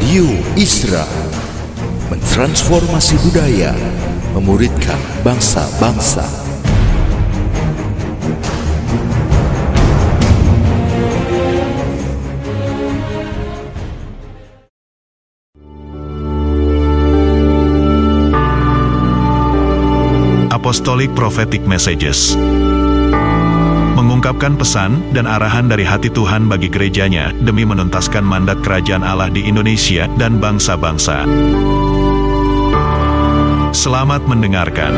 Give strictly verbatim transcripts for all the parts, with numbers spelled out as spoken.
Radio Isra mentransformasi budaya, memuridkan bangsa-bangsa. Apostolic Prophetic Messages mengungkapkan pesan dan arahan dari hati Tuhan bagi gerejanya demi menuntaskan mandat kerajaan Allah di Indonesia dan bangsa-bangsa. Selamat mendengarkan.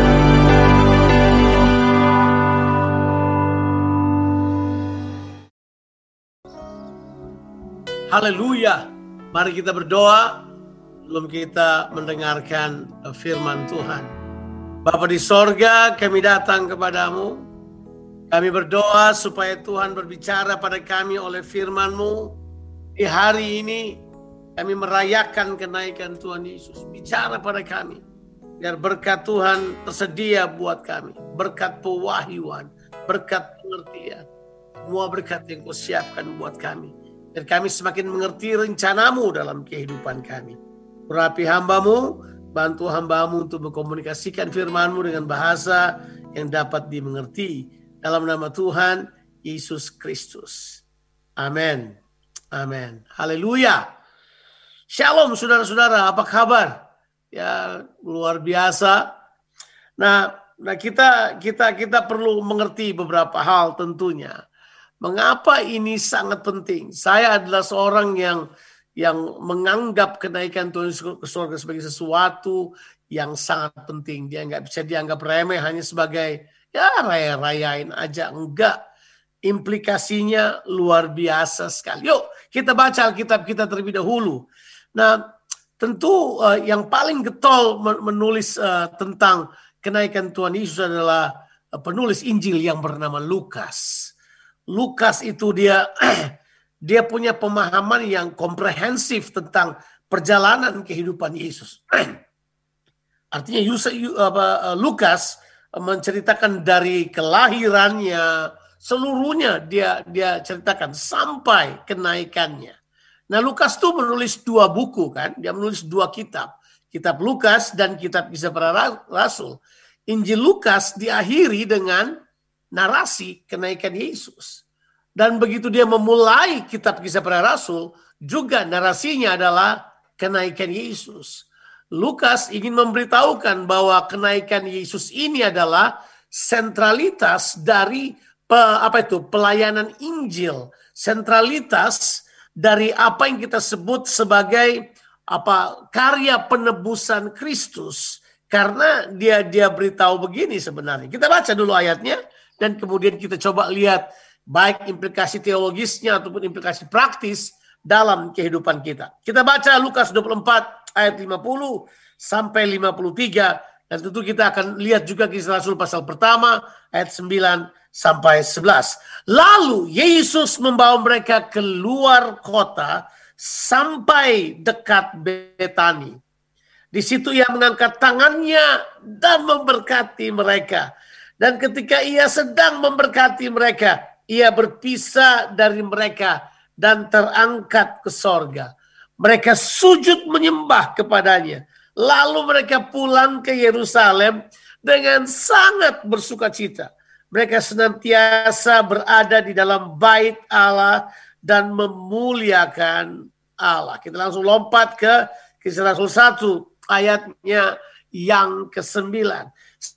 Haleluya. Mari kita berdoa sebelum kita mendengarkan firman Tuhan. Bapa di sorga, kami datang kepadamu. Kami berdoa supaya Tuhan berbicara pada kami oleh firman-Mu. Di hari ini kami merayakan kenaikan Tuhan Yesus. Bicara pada kami. Biar berkat Tuhan tersedia buat kami. Berkat pewahyuan, berkat pengertian. Semua berkat yang Kau siapkan buat kami. Biar kami semakin mengerti rencana-Mu dalam kehidupan kami. Urapi hamba-Mu, bantu hamba-Mu untuk mengkomunikasikan firman-Mu dengan bahasa yang dapat dimengerti. Dalam nama Tuhan Yesus Kristus. Amin. Amin. Haleluya. Shalom saudara-saudara, apa kabar? Ya, luar biasa. Nah, nah kita kita kita perlu mengerti beberapa hal tentunya. Mengapa ini sangat penting? Saya adalah seorang yang yang menganggap kenaikan Tuhan ke surga sebagai sesuatu yang sangat penting. Dia nggak bisa dianggap remeh hanya sebagai ya raya-rayain aja, enggak. Implikasinya luar biasa sekali. Yuk kita baca Alkitab kita terlebih dahulu. Nah tentu uh, yang paling getol menulis uh, tentang kenaikan Tuhan Yesus adalah uh, penulis Injil yang bernama Lukas. Lukas itu dia dia punya pemahaman yang komprehensif tentang perjalanan kehidupan Yesus. Artinya Lukas menceritakan dari kelahirannya, seluruhnya dia dia ceritakan sampai kenaikannya. Nah, Lukas tuh menulis dua buku kan, dia menulis dua kitab, kitab Lukas dan kitab Kisah Para Rasul. Injil Lukas diakhiri dengan narasi kenaikan Yesus. Dan begitu dia memulai kitab Kisah Para Rasul, juga narasinya adalah kenaikan Yesus. Lukas ingin memberitahukan bahwa kenaikan Yesus ini adalah sentralitas dari pe, apa itu pelayanan Injil, sentralitas dari apa yang kita sebut sebagai apa karya penebusan Kristus. Karena dia dia beritahu begini sebenarnya. Kita baca dulu ayatnya dan kemudian kita coba lihat baik implikasi teologisnya ataupun implikasi praktis dalam kehidupan kita. Kita baca Lukas dua puluh empat ayat lima puluh sampai lima puluh tiga dan tentu kita akan lihat juga Kisah Rasul pasal pertama ayat sembilan sampai sebelas. Lalu Yesus membawa mereka keluar kota sampai dekat Betani. Di situ ia mengangkat tangannya dan memberkati mereka. Dan ketika ia sedang memberkati mereka, ia berpisah dari mereka dan terangkat ke sorga. Mereka sujud menyembah kepadanya. Lalu mereka pulang ke Yerusalem dengan sangat bersukacita. Mereka senantiasa berada di dalam bait Allah dan memuliakan Allah. Kita langsung lompat ke Kisah Rasul satu ayatnya yang kesembilan.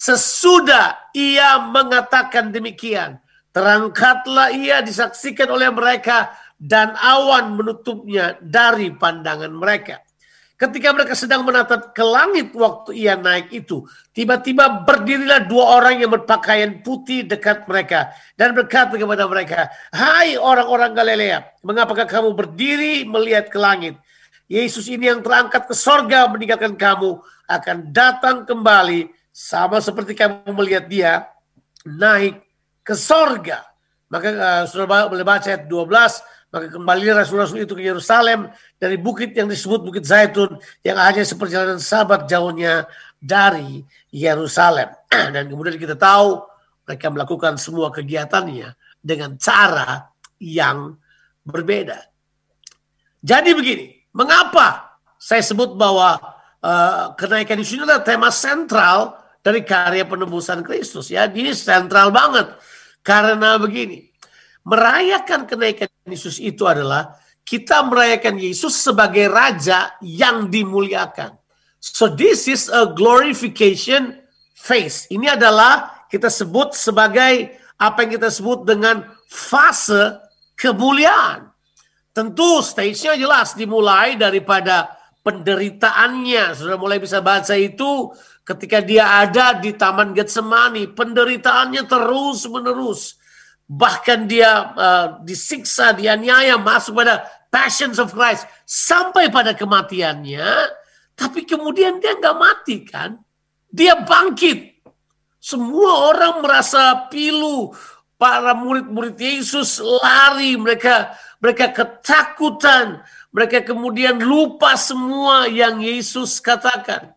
Sesudah ia mengatakan demikian, terangkatlah ia disaksikan oleh mereka dan awan menutupnya dari pandangan mereka. Ketika mereka sedang menatap ke langit waktu ia naik itu, tiba-tiba berdirilah dua orang yang berpakaian putih dekat mereka dan berkata kepada mereka, "Hai orang-orang Galilea, mengapakah kamu berdiri melihat ke langit? Yesus ini yang terangkat ke sorga meninggalkan kamu akan datang kembali sama seperti kamu melihat dia naik ke sorga." Maka uh, saudara boleh baca ayat dua belas. Maka kembali rasul-rasul itu ke Yerusalem dari bukit yang disebut Bukit Zaitun yang hanya seperjalanan sahabat jauhnya dari Yerusalem. Dan kemudian kita tahu mereka melakukan semua kegiatannya dengan cara yang berbeda. Jadi begini, Mengapa saya sebut bahwa uh, kenaikan Yesus ini adalah tema sentral dari karya penebusan Kristus, ya. Ini sentral banget. Karena begini, merayakan kenaikan Yesus itu adalah kita merayakan Yesus sebagai Raja yang dimuliakan. So this is a glorification phase. Ini adalah kita sebut sebagai apa yang kita sebut dengan fase kemuliaan. Tentu stage-nya jelas dimulai daripada penderitaannya. Sudah mulai bisa baca itu ketika dia ada di Taman Getsemani. Penderitaannya terus menerus. Bahkan dia uh, disiksa, dianiaya, masuk pada Passions of Christ. Sampai pada kematiannya. Tapi kemudian dia nggak mati kan. Dia bangkit. Semua orang merasa pilu. Para murid-murid Yesus lari. Mereka mereka ketakutan. Mereka kemudian lupa semua yang Yesus katakan.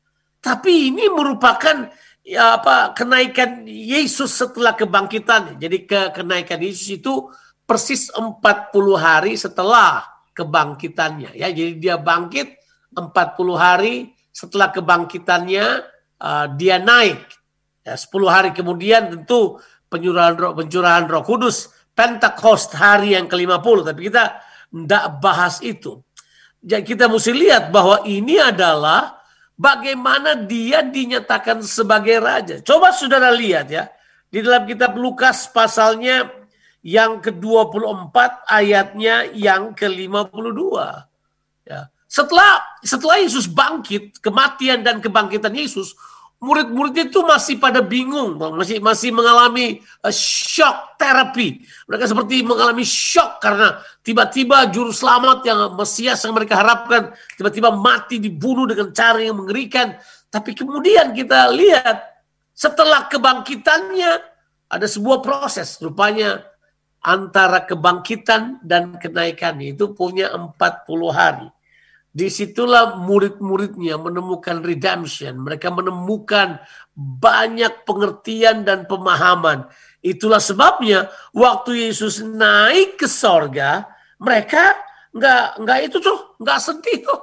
Tapi ini merupakan ya, apa kenaikan Yesus setelah kebangkitan. Jadi ke, kenaikan Yesus itu persis empat puluh hari setelah kebangkitannya. Ya, jadi dia bangkit empat puluh hari setelah kebangkitannya uh, dia naik. Ya, sepuluh hari kemudian tentu pencurahan roh, pencurahan roh kudus. Pentakost hari yang ke lima puluh. Tapi kita tidak bahas itu. Jadi kita mesti lihat bahwa ini adalah bagaimana dia dinyatakan sebagai raja. Coba saudara lihat ya. Di dalam kitab Lukas pasalnya yang ke dua puluh empat ayatnya yang ke lima puluh dua. Ya. Setelah setelah Yesus bangkit, kematian dan kebangkitan Yesus, murid-muridnya itu masih pada bingung, masih masih mengalami uh, shock terapi. Mereka seperti mengalami shock karena tiba-tiba juru selamat yang Mesias yang mereka harapkan tiba-tiba mati dibunuh dengan cara yang mengerikan. Tapi kemudian kita lihat setelah kebangkitannya ada sebuah proses. Rupanya antara kebangkitan dan kenaikan itu punya empat puluh hari. Disitulah murid-muridnya menemukan redemption. Mereka menemukan banyak pengertian dan pemahaman. Itulah sebabnya waktu Yesus naik ke sorga, mereka nggak nggak itu tuh nggak sedih tuh.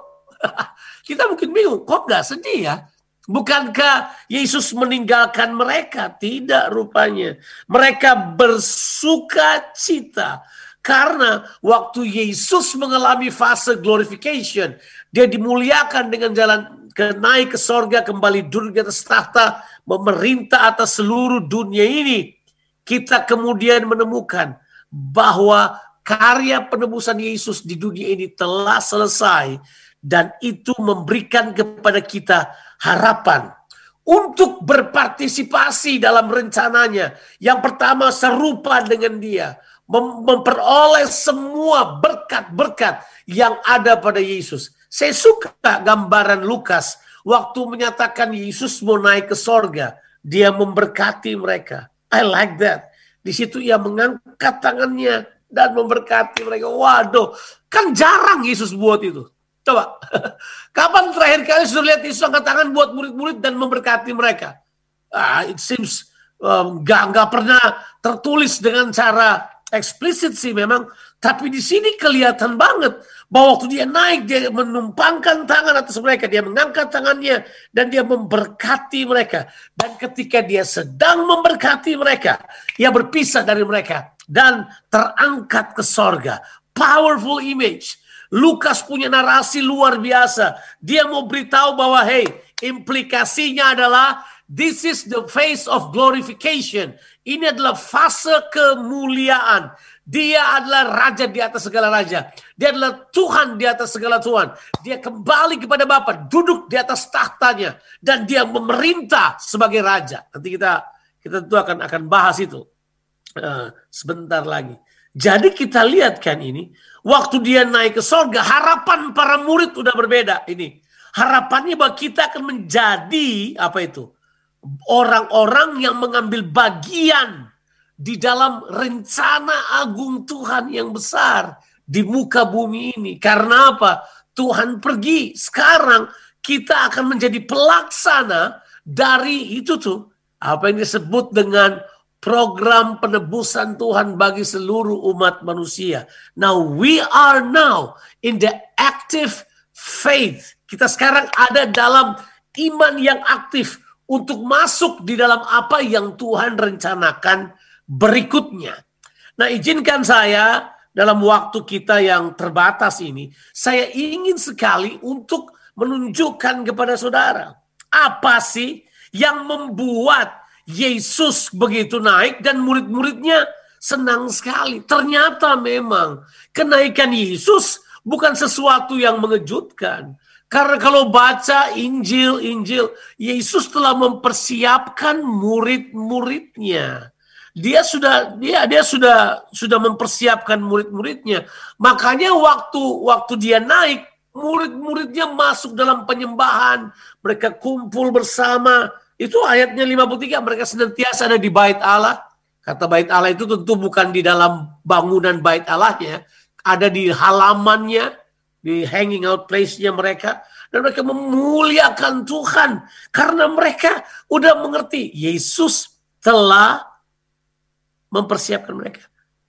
Kita mungkin bingung, kok nggak sedih ya? Bukankah Yesus meninggalkan mereka? Tidak rupanya. Mereka bersuka cita. Karena waktu Yesus mengalami fase glorification, dia dimuliakan dengan jalan ke naik ke sorga, kembali duduk di atas tahta, memerintah atas seluruh dunia ini. Kita kemudian menemukan bahwa karya penebusan Yesus di dunia ini telah selesai. Dan itu memberikan kepada kita harapan untuk berpartisipasi dalam rencananya. Yang pertama serupa dengan dia. Memperoleh semua berkat-berkat yang ada pada Yesus. Saya suka gambaran Lukas waktu menyatakan Yesus mau naik ke sorga. Dia memberkati mereka. I like that. Di situ ia mengangkat tangannya dan memberkati mereka. Waduh, kan jarang Yesus buat itu. Coba, kapan terakhir kali sudah lihat Yesus angkat tangan buat murid-murid dan memberkati mereka? Ah, it seems um, gak, gak pernah tertulis dengan cara eksplisit sih memang, tapi di sini kelihatan banget bahwa waktu dia naik, dia menumpangkan tangan atas mereka, dia mengangkat tangannya dan dia memberkati mereka. Dan ketika dia sedang memberkati mereka, ia berpisah dari mereka dan terangkat ke sorga. Powerful image. Lukas punya narasi luar biasa. Dia mau beritahu bahwa hey, implikasinya adalah this is the phase of glorification. Ini adalah fase kemuliaan. Dia adalah raja di atas segala raja. Dia adalah Tuhan di atas segala Tuhan. Dia kembali kepada Bapa, duduk di atas tahtanya, dan dia memerintah sebagai raja. Nanti kita kita tentu akan akan bahas itu uh, sebentar lagi. Jadi kita lihat kan ini, waktu dia naik ke sorga, harapan para murid udah berbeda. Ini harapannya bahwa kita akan menjadi apa itu? Orang-orang yang mengambil bagian di dalam rencana agung Tuhan yang besar di muka bumi ini. Karena apa? Tuhan pergi. Sekarang kita akan menjadi pelaksana dari itu tuh. Apa yang disebut dengan program penebusan Tuhan bagi seluruh umat manusia. Now we are now in the active faith. Kita sekarang ada dalam iman yang aktif untuk masuk di dalam apa yang Tuhan rencanakan berikutnya. Nah, izinkan saya dalam waktu kita yang terbatas ini, saya ingin sekali untuk menunjukkan kepada saudara, apa sih yang membuat Yesus begitu naik dan murid-muridnya senang sekali. Ternyata memang kenaikan Yesus bukan sesuatu yang mengejutkan. Karena kalau baca Injil-Injil, Yesus telah mempersiapkan murid-muridnya. Dia sudah dia dia sudah sudah mempersiapkan murid-muridnya. Makanya waktu waktu dia naik, murid-muridnya masuk dalam penyembahan, mereka kumpul bersama. Itu ayatnya lima puluh tiga, mereka senantiasa ada di bait Allah. Kata bait Allah itu tentu bukan di dalam bangunan bait Allahnya, ada di halamannya, di hanging out place-nya mereka. Dan mereka memuliakan Tuhan karena mereka udah mengerti Yesus telah mempersiapkan mereka.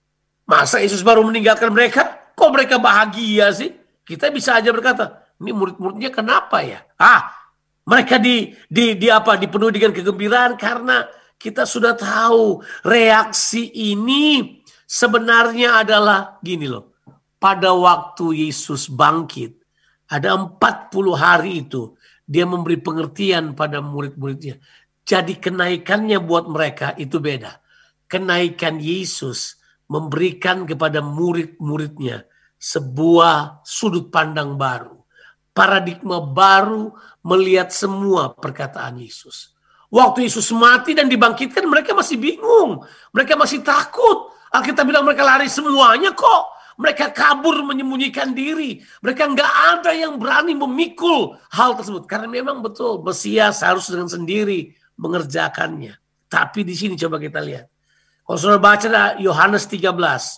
Masa Yesus baru meninggalkan mereka? Kok mereka bahagia sih? Kita bisa aja berkata, ini murid-muridnya kenapa ya? Ah, mereka di, di, di apa? Dipenuhi dengan kegembiraan karena kita sudah tahu reaksi ini sebenarnya adalah gini loh. Pada waktu Yesus bangkit, ada empat puluh hari itu dia memberi pengertian pada murid-muridnya. Jadi kenaikannya buat mereka itu beda. Kenaikan Yesus memberikan kepada murid-muridnya sebuah sudut pandang baru. Paradigma baru melihat semua perkataan Yesus. Waktu Yesus mati dan dibangkitkan, mereka masih bingung. Mereka masih takut. Alkitab bilang mereka lari semuanya kok. Mereka kabur menyembunyikan diri. Mereka nggak ada yang berani memikul hal tersebut. Karena memang betul, Mesias harus dengan sendiri mengerjakannya. Tapi di sini coba kita lihat. Kalau saudara baca Yohanes tiga belas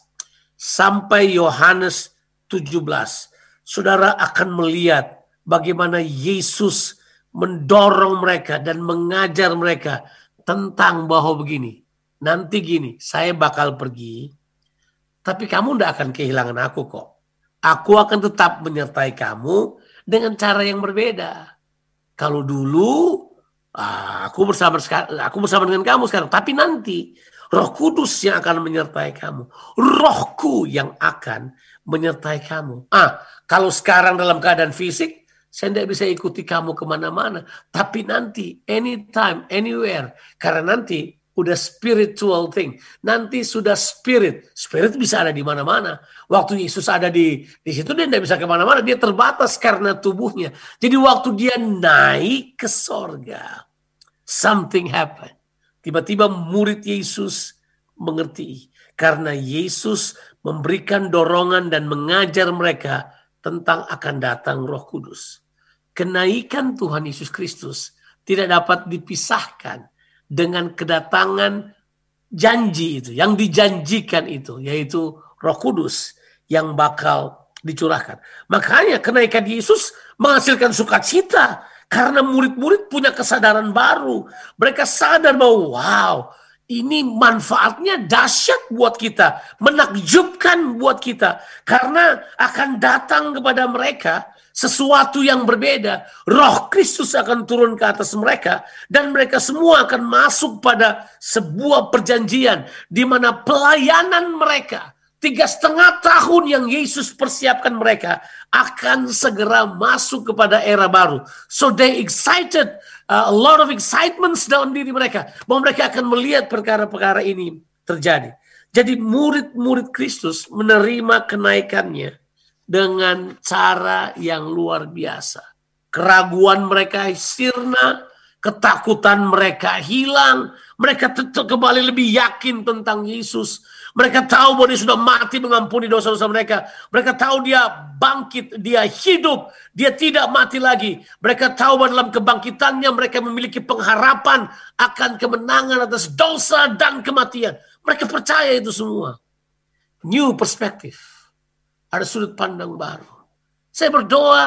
sampai Yohanes tujuh belas. Saudara akan melihat bagaimana Yesus mendorong mereka dan mengajar mereka tentang bahwa begini. Nanti gini, saya bakal pergi, tapi kamu tidak akan kehilangan aku kok. Aku akan tetap menyertai kamu dengan cara yang berbeda. Kalau dulu aku bersama aku bersama dengan kamu sekarang, tapi nanti Roh Kudus yang akan menyertai kamu. Rohku yang akan menyertai kamu. Ah, kalau sekarang dalam keadaan fisik, saya tidak bisa ikuti kamu kemana-mana. Tapi nanti, anytime, anywhere. Karena nanti udah spiritual thing. Nanti sudah spirit. Spirit bisa ada di mana-mana. Waktu Yesus ada di, di situ, dia tidak bisa kemana-mana. Dia terbatas karena tubuhnya. Jadi waktu dia naik ke sorga, something happened. Tiba-tiba murid Yesus mengerti. Karena Yesus memberikan dorongan dan mengajar mereka tentang akan datang Roh Kudus. Kenaikan Tuhan Yesus Kristus tidak dapat dipisahkan dengan kedatangan janji itu. Yang dijanjikan itu, yaitu Roh Kudus yang bakal dicurahkan. Makanya kenaikan Yesus menghasilkan sukacita. Karena murid-murid punya kesadaran baru. Mereka sadar bahwa wow, ini manfaatnya dahsyat buat kita. Menakjubkan buat kita. Karena akan datang kepada mereka sesuatu yang berbeda. Roh Kristus akan turun ke atas mereka. Dan mereka semua akan masuk pada sebuah perjanjian. Di mana pelayanan mereka, tiga setengah tahun yang Yesus persiapkan mereka, akan segera masuk kepada era baru. So they excited, uh, a lot of excitements dalam diri mereka. Bahwa mereka akan melihat perkara-perkara ini terjadi. Jadi murid-murid Kristus menerima kenaikannya dengan cara yang luar biasa. Keraguan mereka sirna, ketakutan mereka hilang. Mereka tetap kembali lebih yakin tentang Yesus. Mereka tahu bahwa dia sudah mati mengampuni dosa-dosa mereka. Mereka tahu dia bangkit, dia hidup, dia tidak mati lagi. Mereka tahu bahwa dalam kebangkitannya mereka memiliki pengharapan akan kemenangan atas dosa dan kematian. Mereka percaya itu semua. New perspective. Ada sudut pandang baru. Saya berdoa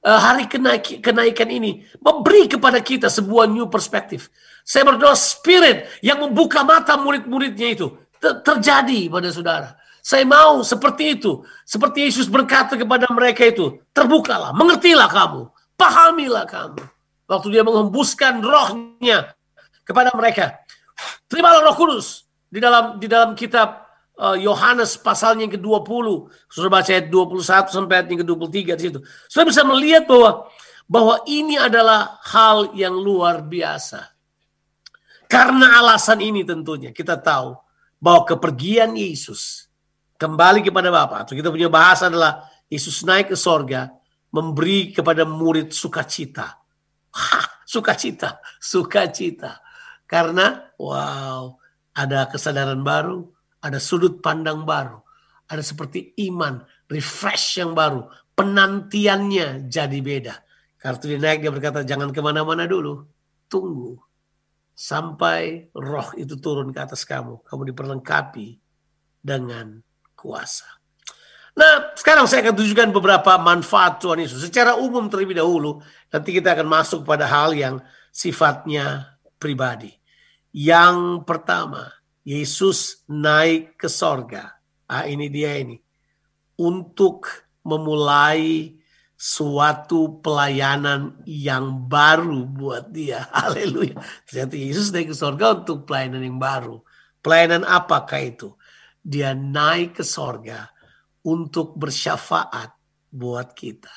uh, hari kenaik, kenaikan ini memberi kepada kita sebuah new perspektif. Saya berdoa Spirit yang membuka mata murid-muridnya itu ter- terjadi pada saudara. Saya mau seperti itu. Seperti Yesus berkata kepada mereka itu, terbukalah, mengertilah kamu, pahamilah kamu. Waktu dia menghembuskan rohnya kepada mereka. Terimalah Roh Kudus. Di dalam di dalam kitab Yohanes uh, pasalnya yang kedua puluh. Sudah baca ayat dua puluh satu sampai ayat yang kedua puluh tiga di situ. Sudah bisa melihat bahwa bahwa ini adalah hal yang luar biasa. Karena alasan ini tentunya kita tahu bahwa kepergian Yesus kembali kepada Bapa, atau kita punya bahasa adalah Yesus naik ke sorga, memberi kepada murid sukacita. Hah, sukacita, sukacita. Karena, wow, ada kesadaran baru, ada sudut pandang baru, ada seperti iman, refresh yang baru, penantiannya jadi beda. Karena dia naik, dia berkata, jangan kemana-mana dulu, tunggu. Sampai roh itu turun ke atas kamu, kamu diperlengkapi dengan kuasa. Nah, sekarang saya akan tunjukkan beberapa manfaat Tuhan Yesus secara umum terlebih dahulu. Nanti kita akan masuk pada hal yang sifatnya pribadi. Yang pertama, Yesus naik ke sorga. Ah, ini dia ini. Untuk memulai suatu pelayanan yang baru buat dia. Haleluya. Ternyata Yesus naik ke sorga untuk pelayanan yang baru. Pelayanan apakah itu? Dia naik ke sorga untuk bersyafaat buat kita.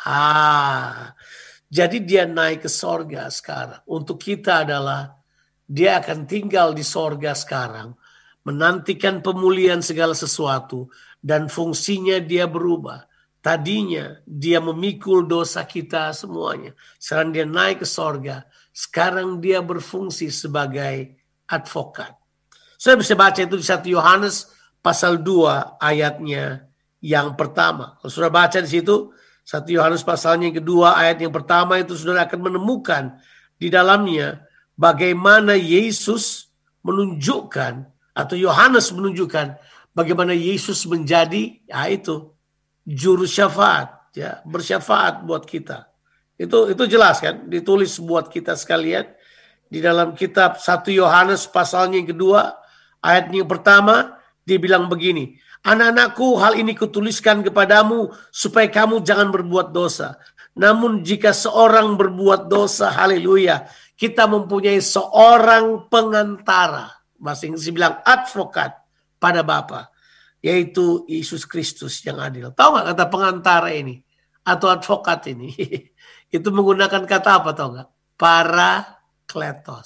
Ah, jadi dia naik ke sorga sekarang. Untuk kita adalah dia akan tinggal di sorga sekarang. Menantikan pemulihan segala sesuatu. Dan fungsinya dia berubah. Tadinya dia memikul dosa kita semuanya. Sekarang dia naik ke sorga. Sekarang dia berfungsi sebagai advokat. Saya bisa baca itu di satu Yohanes pasal dua ayatnya yang pertama. Kalau sudah baca di situ, satu Yohanes pasalnya yang kedua ayat yang pertama itu sudah akan menemukan di dalamnya bagaimana Yesus menunjukkan atau Yohanes menunjukkan bagaimana Yesus menjadi ya itu juru syafaat, ya, bersyafaat buat kita. Itu itu jelas kan, ditulis buat kita sekalian di dalam kitab satu Yohanes pasalnya yang kedua ayat yang pertama. Dia bilang begini, anak-anakku, hal ini kutuliskan kepadamu supaya kamu jangan berbuat dosa. Namun jika seorang berbuat dosa, haleluya, kita mempunyai seorang pengantara. Bahasa Inggris bilang advokat pada Bapa, yaitu Yesus Kristus yang adil. Tahu nggak kata pengantara ini atau advokat ini? Itu menggunakan kata apa, tahu nggak? Parakletos.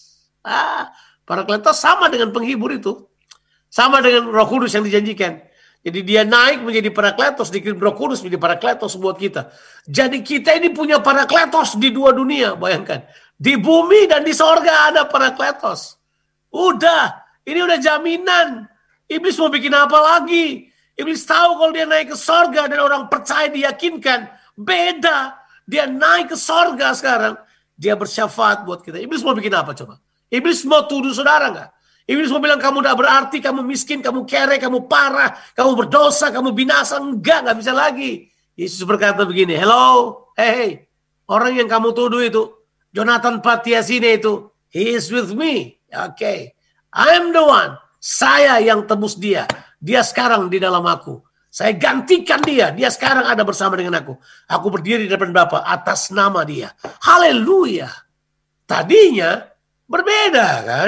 Ah, Parakletos sama dengan penghibur itu. Sama dengan Roh Kudus yang dijanjikan. Jadi dia naik menjadi Parakletos, dikirim Roh Kudus menjadi Parakletos buat kita. Jadi kita ini punya Parakletos di dua dunia, bayangkan. Di bumi dan di sorga ada Parakletos. Udah, ini udah jaminan. Iblis mau bikin apa lagi? Iblis tahu kalau dia naik ke sorga dan orang percaya diyakinkan. Beda, dia naik ke sorga sekarang. Dia bersyafaat buat kita. Iblis mau bikin apa coba? Iblis mau tuduh saudara nggak? Iblis mau bilang kamu tidak berarti, kamu miskin, kamu kere, kamu parah, kamu berdosa, kamu binasa. Enggak, nggak bisa lagi. Yesus berkata begini, hello, hey, hey, orang yang kamu tuduh itu, Jonathan Patiasine itu, he is with me. Oke, okay. I am the one. Saya yang tebus dia. Dia sekarang di dalam aku. Saya gantikan dia. Dia sekarang ada bersama dengan aku. Aku berdiri di depan Bapa atas nama dia. Haleluya. Tadinya berbeda kan?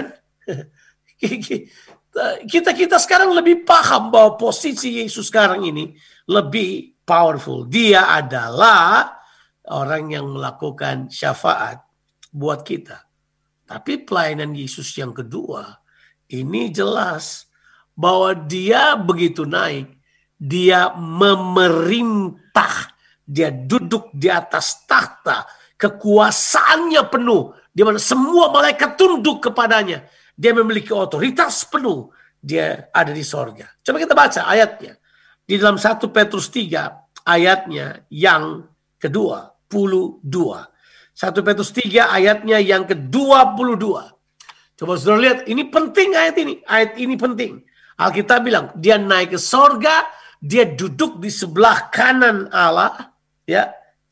Kita-kita sekarang lebih paham bahwa posisi Yesus sekarang ini lebih powerful. Dia adalah orang yang melakukan syafaat buat kita. Tapi pelayanan Yesus yang kedua, ini jelas bahwa dia begitu naik, dia memerintah, dia duduk di atas takhta, kekuasaannya penuh, di mana semua malaikat tunduk kepadanya. Dia memiliki otoritas penuh. Dia ada di sorga. Coba kita baca ayatnya. Di dalam satu Petrus tiga ayatnya yang kedua puluh dua. satu Petrus tiga ayatnya yang kedua puluh dua. Coba saudara lihat. Ini penting ayat ini. Ayat ini penting. Alkitab bilang. Dia naik ke sorga. Dia duduk di sebelah kanan Allah. Ya.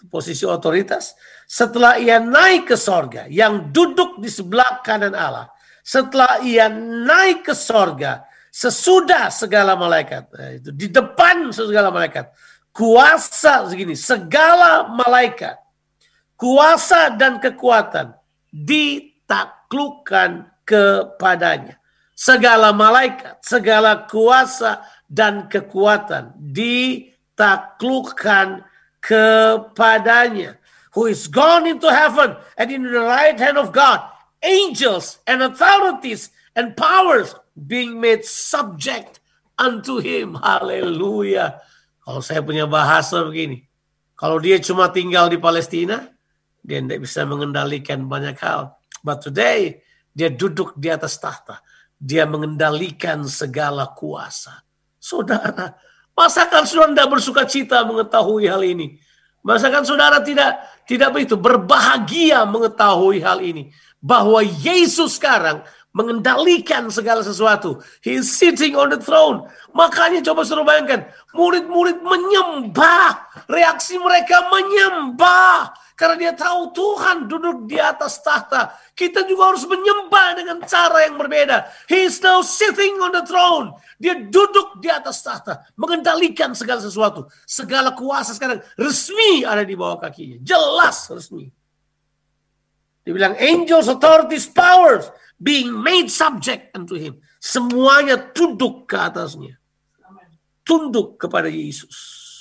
posisi otoritas. Setelah ia naik ke sorga, yang duduk di sebelah kanan Allah. Setelah ia naik ke sorga, sesudah segala malaikat, itu di depan segala malaikat, kuasa segini, segala malaikat, kuasa dan kekuatan ditaklukkan kepadanya. Segala malaikat, segala kuasa dan kekuatan ditaklukkan kepadanya. Who is gone into heaven and in the right hand of God, angels and authorities and powers being made subject unto him. Haleluya. Kalau saya punya bahasa begini, kalau dia cuma tinggal di Palestina, dia tidak bisa mengendalikan banyak hal. But today, dia duduk di atas tahta. Dia mengendalikan segala kuasa. Saudara, masakan saudara tidak bersuka cita mengetahui hal ini? Masakan saudara tidak tidak begitu berbahagia mengetahui hal ini? Bahwa Yesus sekarang mengendalikan segala sesuatu. He is sitting on the throne. Makanya coba suruh bayangkan, murid-murid menyembah. Reaksi mereka menyembah. Karena dia tahu Tuhan duduk di atas tahta. Kita juga harus menyembah dengan cara yang berbeda. He is now sitting on the throne. Dia duduk di atas tahta. Mengendalikan segala sesuatu. Segala kuasa sekarang resmi ada di bawah kakinya. Jelas resmi. Dia bilang angels, authorities, powers being made subject unto him. Semuanya tunduk ke atasnya. Tunduk kepada Yesus.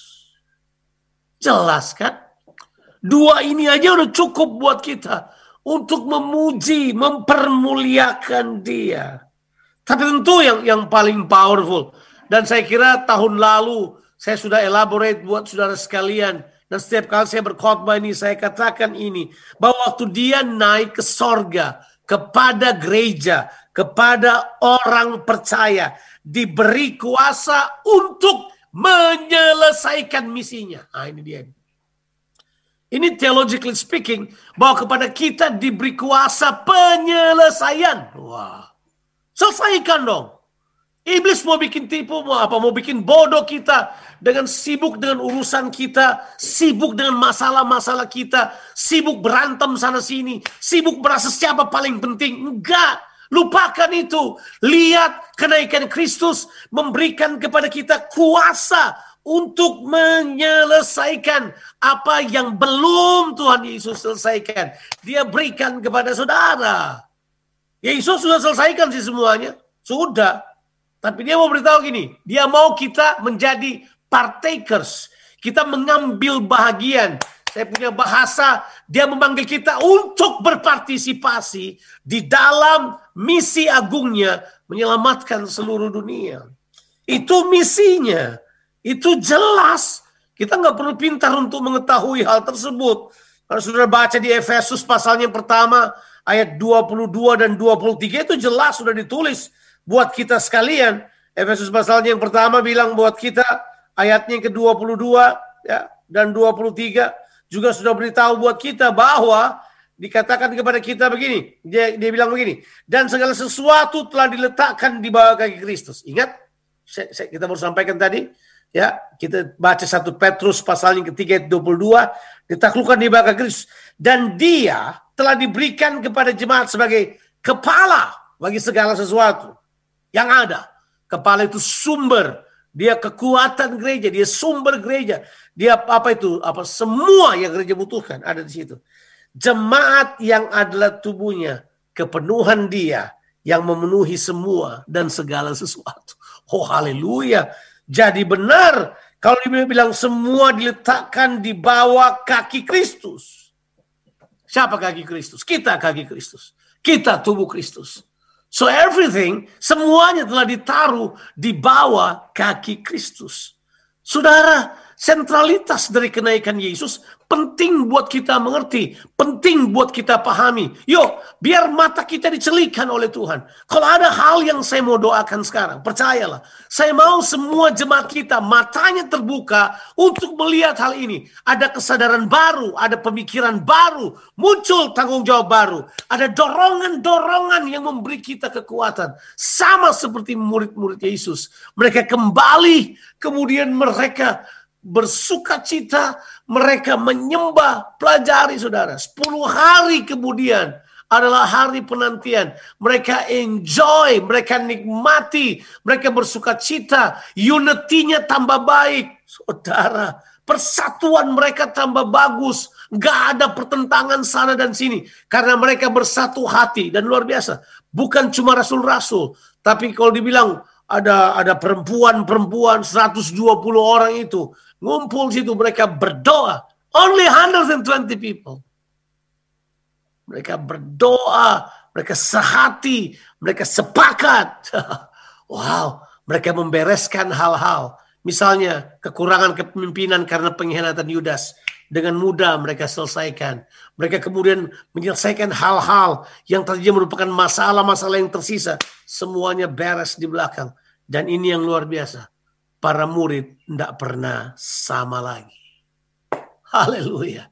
Jelas kan? Dua ini aja udah cukup buat kita untuk memuji, mempermuliakan dia. Tapi tentu yang yang paling powerful, dan saya kira tahun lalu saya sudah elaborate buat saudara sekalian, dan setiap kali saya berkhotbah ini saya katakan ini, bahwa waktu dia naik ke sorga kepada gereja, kepada orang percaya, diberi kuasa untuk menyelesaikan misinya. Nah ini dia. Ini theologically speaking, bahwa kepada kita diberi kuasa penyelesaian. Wah, selesaikan dong. Iblis mau bikin tipu, mau apa? Mau bikin bodoh kita dengan sibuk dengan urusan kita, sibuk dengan masalah-masalah kita, sibuk berantem sana sini, sibuk merasa siapa paling penting. Enggak, lupakan itu. Lihat kenaikan Kristus memberikan kepada kita kuasa untuk menyelesaikan apa yang belum Tuhan Yesus selesaikan. Dia berikan kepada saudara. Yesus sudah selesaikan sih semuanya. Sudah. Tapi dia mau beritahu gini. Dia mau kita menjadi partakers. Kita mengambil bahagian. Saya punya bahasa. Dia memanggil kita untuk berpartisipasi di dalam misi agungnya. Menyelamatkan seluruh dunia. Itu misinya. Itu jelas. Kita nggak perlu pintar untuk mengetahui hal tersebut. Kalau sudah baca di Efesus pasalnya pertama, ayat dua puluh dua dan dua puluh tiga itu jelas sudah ditulis buat kita sekalian. Efesus pasalnya yang pertama bilang buat kita, ayatnya yang ke dua puluh dua ya, dan dua puluh tiga juga sudah beritahu buat kita bahwa dikatakan kepada kita begini. Dia, dia bilang begini. Dan segala sesuatu telah diletakkan di bawah kaki Kristus. Ingat, saya, saya, kita baru sampaikan tadi. Ya, kita baca satu Petrus pasal yang ketiga ayat dua puluh dua, ditaklukkan di bawah Kristus dan dia telah diberikan kepada jemaat sebagai kepala bagi segala sesuatu yang ada. Kepala itu sumber, dia kekuatan gereja, dia sumber gereja, dia apa itu? Apa semua yang gereja butuhkan ada di situ. Jemaat yang adalah tubuhnya, kepenuhan dia yang memenuhi semua dan segala sesuatu. Oh haleluya. Jadi benar kalau dia bilang semua diletakkan di bawah kaki Kristus. Siapa kaki Kristus? Kita kaki Kristus. Kita tubuh Kristus. So everything, semuanya telah ditaruh di bawah kaki Kristus. Saudara, sentralitas dari kenaikan Yesus penting buat kita mengerti, penting buat kita pahami. Yuk, biar mata kita dicelikan oleh Tuhan. Kalau ada hal yang saya mau doakan sekarang, percayalah, saya mau semua jemaat kita matanya terbuka untuk melihat hal ini. Ada kesadaran baru, ada pemikiran baru, muncul tanggung jawab baru. Ada dorongan-dorongan yang memberi kita kekuatan. Sama seperti murid-murid Yesus. Mereka kembali, kemudian mereka bersukacita, mereka menyembah. Pelajari saudara, sepuluh hari kemudian adalah hari penantian. Mereka enjoy, mereka nikmati, mereka bersukacita, unity-nya tambah baik. Saudara, persatuan mereka tambah bagus. Gak ada pertentangan sana dan sini. Karena mereka bersatu hati. Dan luar biasa, bukan cuma rasul-rasul, tapi kalau dibilang ada ada perempuan-perempuan seratus dua puluh orang itu ngumpul situ, mereka berdoa. Only one hundred twenty people. Mereka berdoa, mereka sehati, mereka sepakat. Wow, mereka membereskan hal-hal. Misalnya kekurangan kepemimpinan karena pengkhianatan Yudas. Dengan mudah mereka selesaikan. Mereka kemudian menyelesaikan hal-hal yang tadinya merupakan masalah-masalah yang tersisa. Semuanya beres di belakang. Dan ini yang luar biasa. Para murid tidak pernah sama lagi. Haleluya.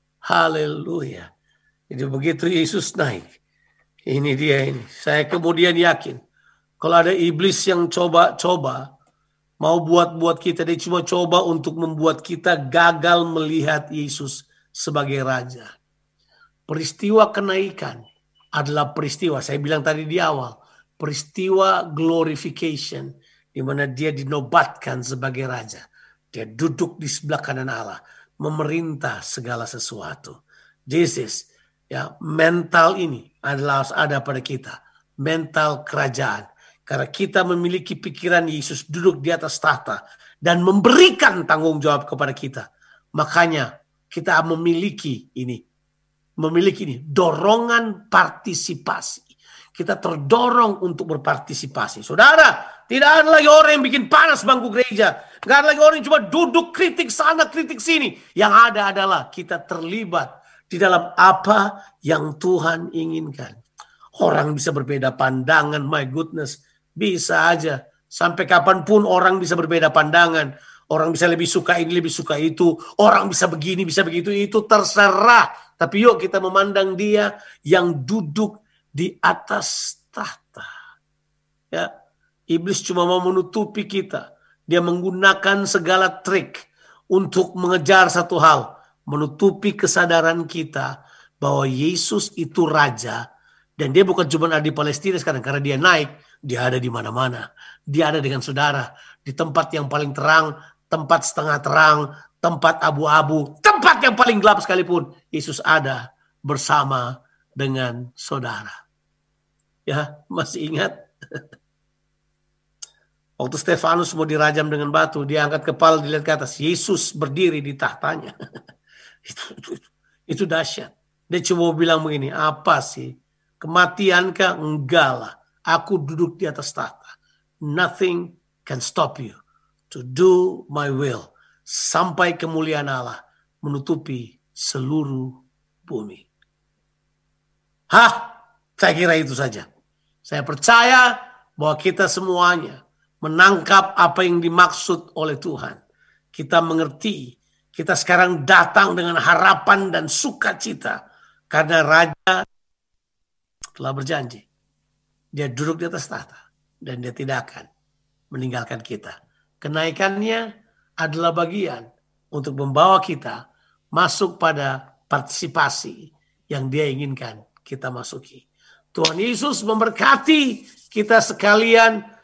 Haleluya. Jadi begitu Yesus naik. Ini dia ini. Saya kemudian yakin. Kalau ada iblis yang coba-coba. Mau buat-buat kita. Dia cuma coba untuk membuat kita gagal melihat Yesus sebagai Raja. Peristiwa kenaikan adalah peristiwa. Saya bilang tadi di awal. Peristiwa glorification. Di mana dia dinobatkan sebagai Raja. Dia duduk di sebelah kanan Allah. Memerintah segala sesuatu. This is, ya, mental ini adalah harus ada pada kita. Mental kerajaan. Karena kita memiliki pikiran Yesus duduk di atas tahta. Dan memberikan tanggung jawab kepada kita. Makanya kita memiliki ini. Memiliki ini. Dorongan partisipasi. Kita terdorong untuk berpartisipasi. Saudara, tidak ada lagi orang yang bikin panas bangku gereja. Tidak ada lagi orang yang cuma duduk kritik sana, kritik sini. Yang ada adalah kita terlibat di dalam apa yang Tuhan inginkan. Orang bisa berbeda pandangan, my goodness. Bisa aja. Sampai kapanpun orang bisa berbeda pandangan. Orang bisa lebih suka ini, lebih suka itu. Orang bisa begini, bisa begitu. Itu terserah. Tapi yuk kita memandang dia yang duduk di atas tahta. Ya, iblis cuma mau menutupi kita. Dia menggunakan segala trik untuk mengejar satu hal. Menutupi kesadaran kita bahwa Yesus itu Raja. Dan dia bukan cuma ada di Palestina sekarang. Karena dia naik, dia ada di mana-mana. Dia ada dengan saudara. Di tempat yang paling terang, tempat setengah terang, tempat abu-abu, tempat yang paling gelap sekalipun. Yesus ada bersama dengan saudara. Ya, masih ingat? Waktu Stefanus mau dirajam dengan batu, dia angkat kepala, dilihat ke atas. Yesus berdiri di tahtanya. itu, itu, itu, itu dahsyat. Dia cuma bilang begini, apa sih? Kematiankah? Enggak lah. Aku duduk di atas tahta. Nothing can stop you to do my will. Sampai kemuliaan Allah menutupi seluruh bumi. Hah? Saya kira itu saja. Saya percaya bahwa kita semuanya menangkap apa yang dimaksud oleh Tuhan. Kita mengerti. Kita sekarang datang dengan harapan dan sukacita. Karena Raja telah berjanji. Dia duduk di atas tahta. Dan dia tidak akan meninggalkan kita. Kenaikannya adalah bagian untuk membawa kita masuk pada partisipasi yang dia inginkan kita masuki. Tuhan Yesus memberkati kita sekalian.